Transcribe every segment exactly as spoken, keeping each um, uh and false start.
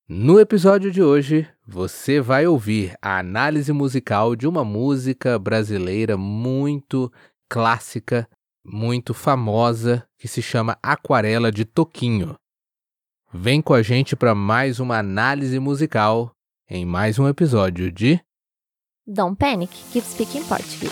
No episódio de hoje, você vai ouvir a análise musical de uma música brasileira muito clássica, muito famosa, que se chama Aquarela de Toquinho. Vem com a gente para mais uma análise musical em mais um episódio de Don't Panic, Keep Speaking Portuguese.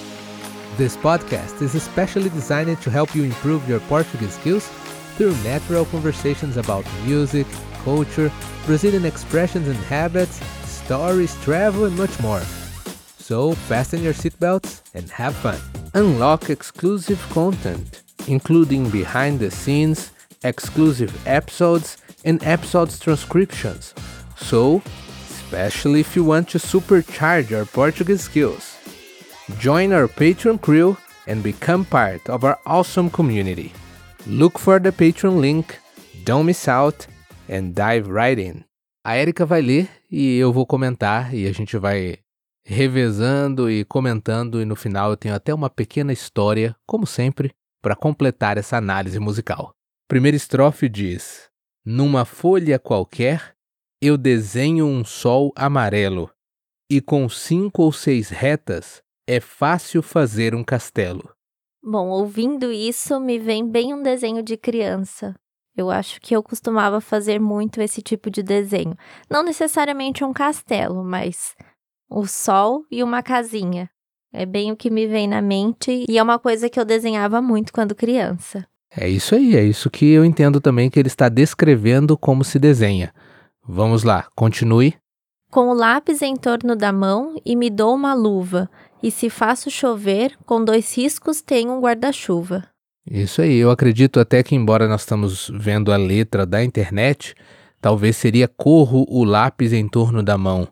This podcast is especially designed to help you improve your Portuguese skills through natural conversations about music, culture, Brazilian expressions and habits, stories, travel, and much more. So, fasten your seatbelts and have fun. Unlock exclusive content, including behind the scenes, exclusive episodes, and episodes transcriptions. So, especially if you want to supercharge your Portuguese skills. Join our Patreon crew and become part of our awesome community. Look for the Patreon link, don't miss out, and dive right in. A Erika vai ler e eu vou comentar e a gente vai revezando e comentando e no final eu tenho até uma pequena história, como sempre, para completar essa análise musical. Primeira estrofe diz: numa folha qualquer eu desenho um sol amarelo e com cinco ou seis retas é fácil fazer um castelo. Bom, ouvindo isso, me vem bem um desenho de criança. Eu acho que eu costumava fazer muito esse tipo de desenho. Não necessariamente um castelo, mas o sol e uma casinha. É bem o que me vem na mente e é uma coisa que eu desenhava muito quando criança. É isso aí, é isso que eu entendo também que ele está descrevendo como se desenha. Vamos lá, continue. Com o lápis em torno da mão e me dou uma luva, e se faço chover, com dois riscos tenho um guarda-chuva. Isso aí, eu acredito até que embora nós estamos vendo a letra da internet, talvez seria corro o lápis em torno da mão,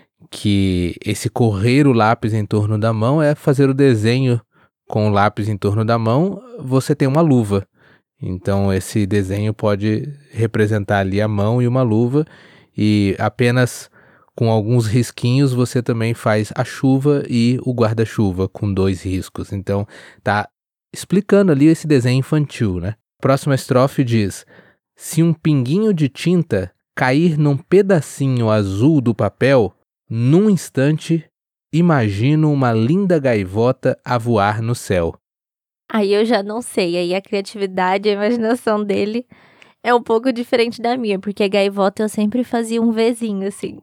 que esse correr o lápis em torno da mão é fazer o desenho com o lápis em torno da mão, você tem uma luva. Então esse desenho pode representar ali a mão e uma luva e apenas com alguns risquinhos você também faz a chuva e o guarda-chuva com dois riscos. Então tá explicando ali esse desenho infantil, né? Próxima estrofe diz: se um pinguinho de tinta cair num pedacinho azul do papel, num instante, imagino uma linda gaivota a voar no céu. Aí eu já não sei, aí a criatividade, a imaginação dele é um pouco diferente da minha, porque a gaivota eu sempre fazia um Vzinho, assim.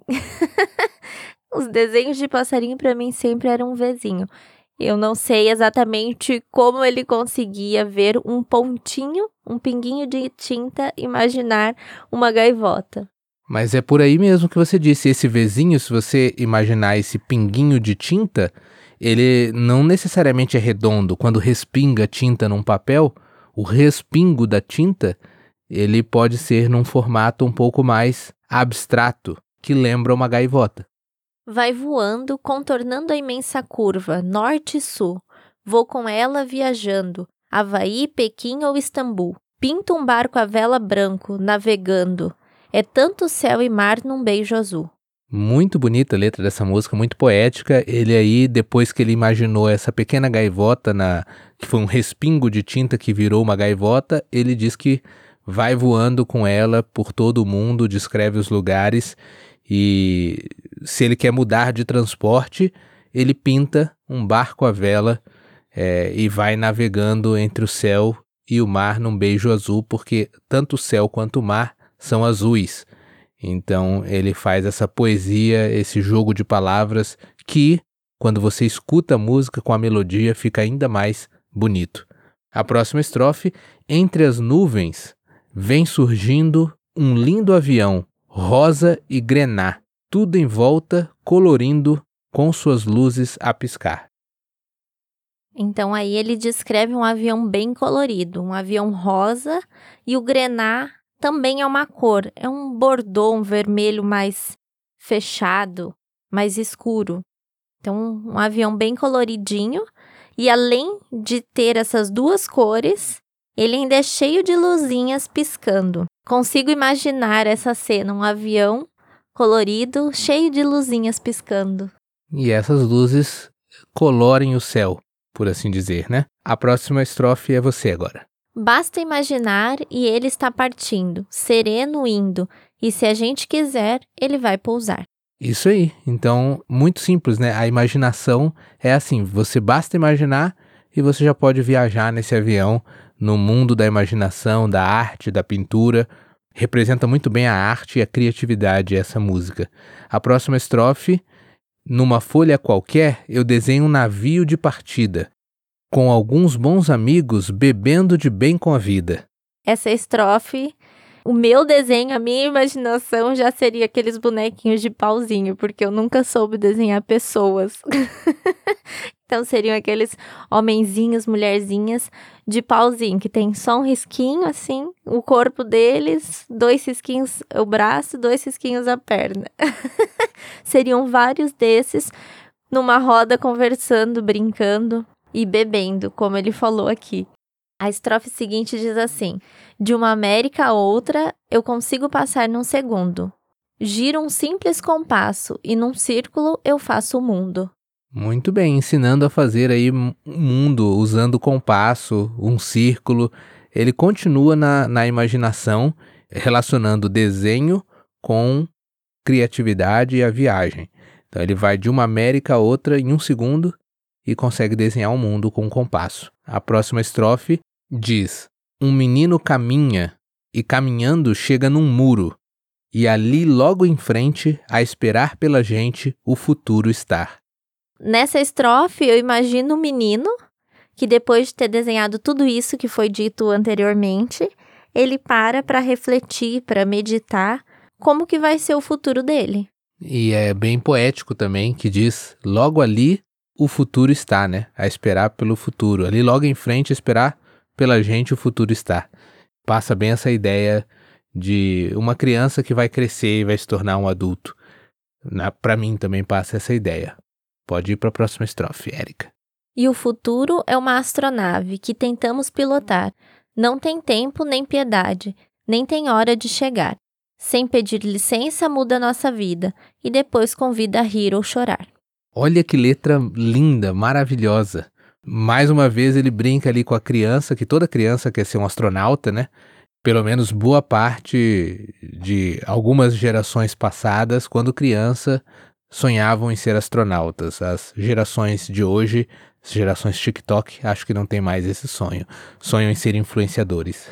Os desenhos de passarinho pra mim sempre eram um Vzinho. Eu não sei exatamente como ele conseguia ver um pontinho, um pinguinho de tinta, imaginar uma gaivota. Mas é por aí mesmo que você disse, esse Vzinho, se você imaginar esse pinguinho de tinta, ele não necessariamente é redondo. Quando respinga tinta num papel, o respingo da tinta, ele pode ser num formato um pouco mais abstrato, que lembra uma gaivota. Vai voando, contornando a imensa curva, norte e sul. Vou com ela viajando, Havaí, Pequim ou Istambul. Pinto um barco à vela branco, navegando. É tanto céu e mar num beijo azul. Muito bonita a letra dessa música, muito poética. Ele aí, depois que ele imaginou essa pequena gaivota, na, que foi um respingo de tinta que virou uma gaivota, ele diz que vai voando com ela por todo o mundo, descreve os lugares e se ele quer mudar de transporte, ele pinta um barco à vela é, e vai navegando entre o céu e o mar num beijo azul, porque tanto o céu quanto o mar são azuis. Então ele faz essa poesia, esse jogo de palavras que, quando você escuta a música com a melodia, fica ainda mais bonito. A próxima estrofe: entre as nuvens vem surgindo um lindo avião, rosa e grená, tudo em volta colorindo com suas luzes a piscar. Então aí ele descreve um avião bem colorido, um avião rosa, e o grená também é uma cor, é um bordô, um vermelho mais fechado, mais escuro. Então um avião bem coloridinho, e além de ter essas duas cores, ele ainda é cheio de luzinhas piscando. Consigo imaginar essa cena, um avião colorido, cheio de luzinhas piscando. E essas luzes colorem o céu, por assim dizer, né? A próxima estrofe é você agora. Basta imaginar e ele está partindo, sereno indo, E se a gente quiser, ele vai pousar. Isso aí. Então, muito simples, né? A imaginação é assim, você basta imaginar e você já pode viajar nesse avião no mundo da imaginação, da arte, da pintura. Representa muito bem a arte e a criatividade essa música. A próxima estrofe: numa folha qualquer eu desenho um navio de partida, com alguns bons amigos bebendo de bem com a vida. Essa estrofe, o meu desenho, a minha imaginação já seria aqueles bonequinhos de pauzinho, porque eu nunca soube desenhar pessoas. Então seriam aqueles homenzinhos, mulherzinhas de pauzinho, que tem só um risquinho assim, o corpo deles, dois risquinhos o braço, dois risquinhos a perna. Seriam vários desses numa roda conversando, brincando e bebendo, como ele falou aqui. A estrofe seguinte diz assim: de uma América a outra eu consigo passar num segundo. Giro um simples compasso e num círculo eu faço o mundo. Muito bem, ensinando a fazer aí um mundo usando compasso, um círculo. Ele continua na, na imaginação, relacionando o desenho com criatividade e a viagem. Então ele vai de uma América a outra em um segundo e consegue desenhar um mundo com um compasso. A próxima estrofe diz: um menino caminha e caminhando chega num muro, e ali logo em frente, a esperar pela gente, o futuro está. Nessa estrofe, eu imagino um menino que, depois de ter desenhado tudo isso que foi dito anteriormente, ele para para refletir, para meditar como que vai ser o futuro dele. E é bem poético também, que diz: logo ali o futuro está, né? A esperar pelo futuro. Ali logo em frente, a esperar pela gente, o futuro está. Passa bem essa ideia de uma criança que vai crescer e vai se tornar um adulto. Para mim também passa essa ideia. Pode ir para a próxima estrofe, Érica. E o futuro é uma astronave que tentamos pilotar. Não tem tempo nem piedade, nem tem hora de chegar. Sem pedir licença muda nossa vida e depois convida a rir ou chorar. Olha que letra linda, maravilhosa. Mais uma vez ele brinca ali com a criança, que toda criança quer ser um astronauta, né? Pelo menos boa parte de algumas gerações passadas, quando criança, sonhavam em ser astronautas. As gerações de hoje, as gerações TikTok, acho que não tem mais esse sonho. Sonham em ser influenciadores.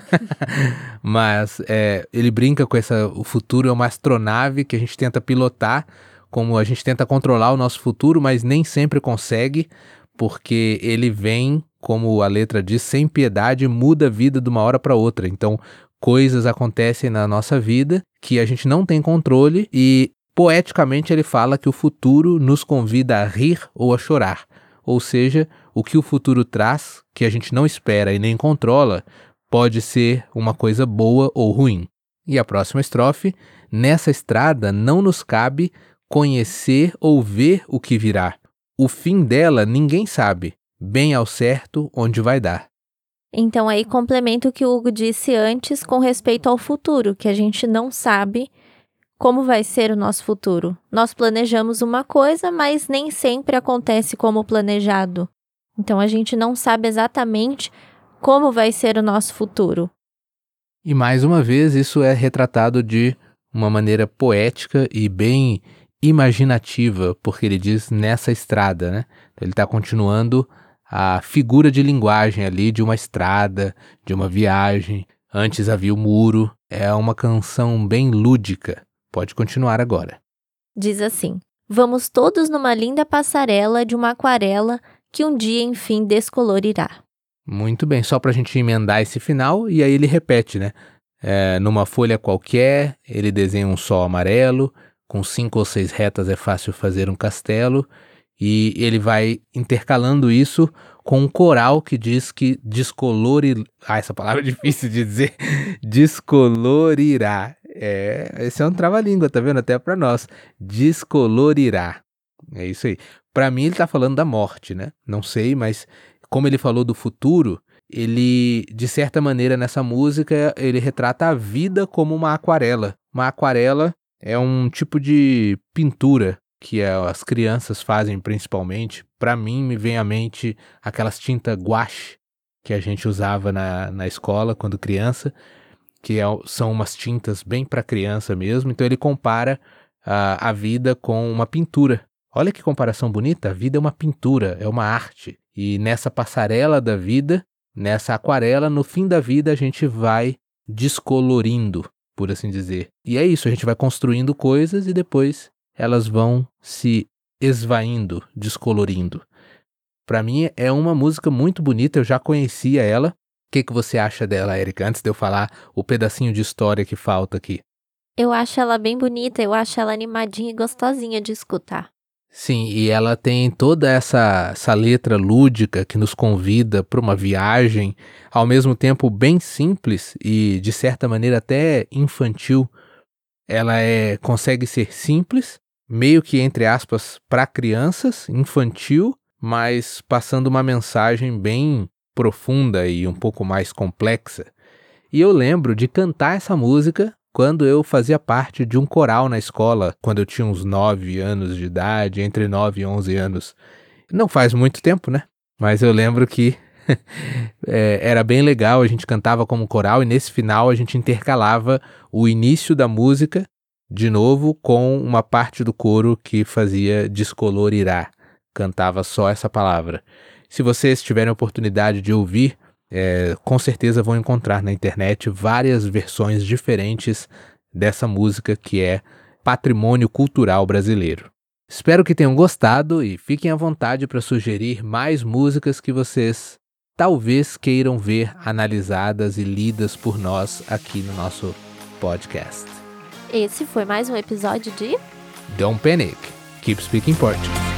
Mas é, ele brinca com essa, o futuro é uma astronave que a gente tenta pilotar, como a gente tenta controlar o nosso futuro, mas nem sempre consegue, porque ele vem, como a letra diz, sem piedade, muda a vida de uma hora para outra. Então, coisas acontecem na nossa vida que a gente não tem controle e, poeticamente, ele fala que o futuro nos convida a rir ou a chorar. Ou seja, o que o futuro traz, que a gente não espera e nem controla, pode ser uma coisa boa ou ruim. E a próxima estrofe: nessa estrada não nos cabe conhecer ou ver o que virá. O fim dela ninguém sabe, bem ao certo onde vai dar. Então aí complementa o que o Hugo disse antes com respeito ao futuro, que a gente não sabe como vai ser o nosso futuro. Nós planejamos uma coisa, mas nem sempre acontece como planejado. Então a gente não sabe exatamente como vai ser o nosso futuro. E mais uma vez isso é retratado de uma maneira poética e bem imaginativa, porque ele diz nessa estrada, né? Então ele está continuando a figura de linguagem ali de uma estrada, de uma viagem. Antes havia o muro. É uma canção bem lúdica. Pode continuar agora. Diz assim: vamos todos numa linda passarela de uma aquarela que um dia, enfim, descolorirá. Muito bem, só para a gente emendar esse final, e aí ele repete, né? É, numa folha qualquer, ele desenha um sol amarelo, com cinco ou seis retas é fácil fazer um castelo, e ele vai intercalando isso com um coral que diz que descolorir... Ah, essa palavra é difícil de dizer. Descolorirá. É, esse é um trava-língua, tá vendo? Até para nós. Descolorirá. É isso aí. Para mim ele tá falando da morte, né? Não sei, mas como ele falou do futuro, ele, de certa maneira, nessa música, ele retrata a vida como uma aquarela. Uma aquarela é um tipo de pintura que as crianças fazem principalmente. Para mim, me vem à mente aquelas tintas guache que a gente usava na, na escola quando criança. que é, são umas tintas bem para criança mesmo. Então ele compara a, a vida com uma pintura. Olha que comparação bonita, a vida é uma pintura, é uma arte. E nessa passarela da vida, nessa aquarela, no fim da vida a gente vai descolorindo, por assim dizer. E é isso, a gente vai construindo coisas e depois elas vão se esvaindo, descolorindo. Para mim é uma música muito bonita, eu já conhecia ela. O que, que você acha dela, Érica? Antes de eu falar o pedacinho de história que falta aqui. Eu acho ela bem bonita, eu acho ela animadinha e gostosinha de escutar. Sim, e ela tem toda essa, essa letra lúdica que nos convida para uma viagem, ao mesmo tempo bem simples e, de certa maneira, até infantil. Ela é, consegue ser simples, meio que, entre aspas, para crianças, infantil, mas passando uma mensagem bem profunda e um pouco mais complexa. E eu lembro de cantar essa música quando eu fazia parte de um coral na escola, quando eu tinha uns nove anos de idade, entre nove e onze anos. Não faz muito tempo, né? Mas eu lembro que é, era bem legal, a gente cantava como coral e nesse final a gente intercalava o início da música, de novo, com uma parte do coro que fazia descolorirá, cantava só essa palavra. Se vocês tiverem a oportunidade de ouvir, É, com certeza vão encontrar na internet várias versões diferentes dessa música que é patrimônio cultural brasileiro. Espero que tenham gostado e fiquem à vontade para sugerir mais músicas que vocês talvez queiram ver analisadas e lidas por nós aqui no nosso podcast. Esse foi mais um episódio de Don't Panic, Keep Speaking Portuguese.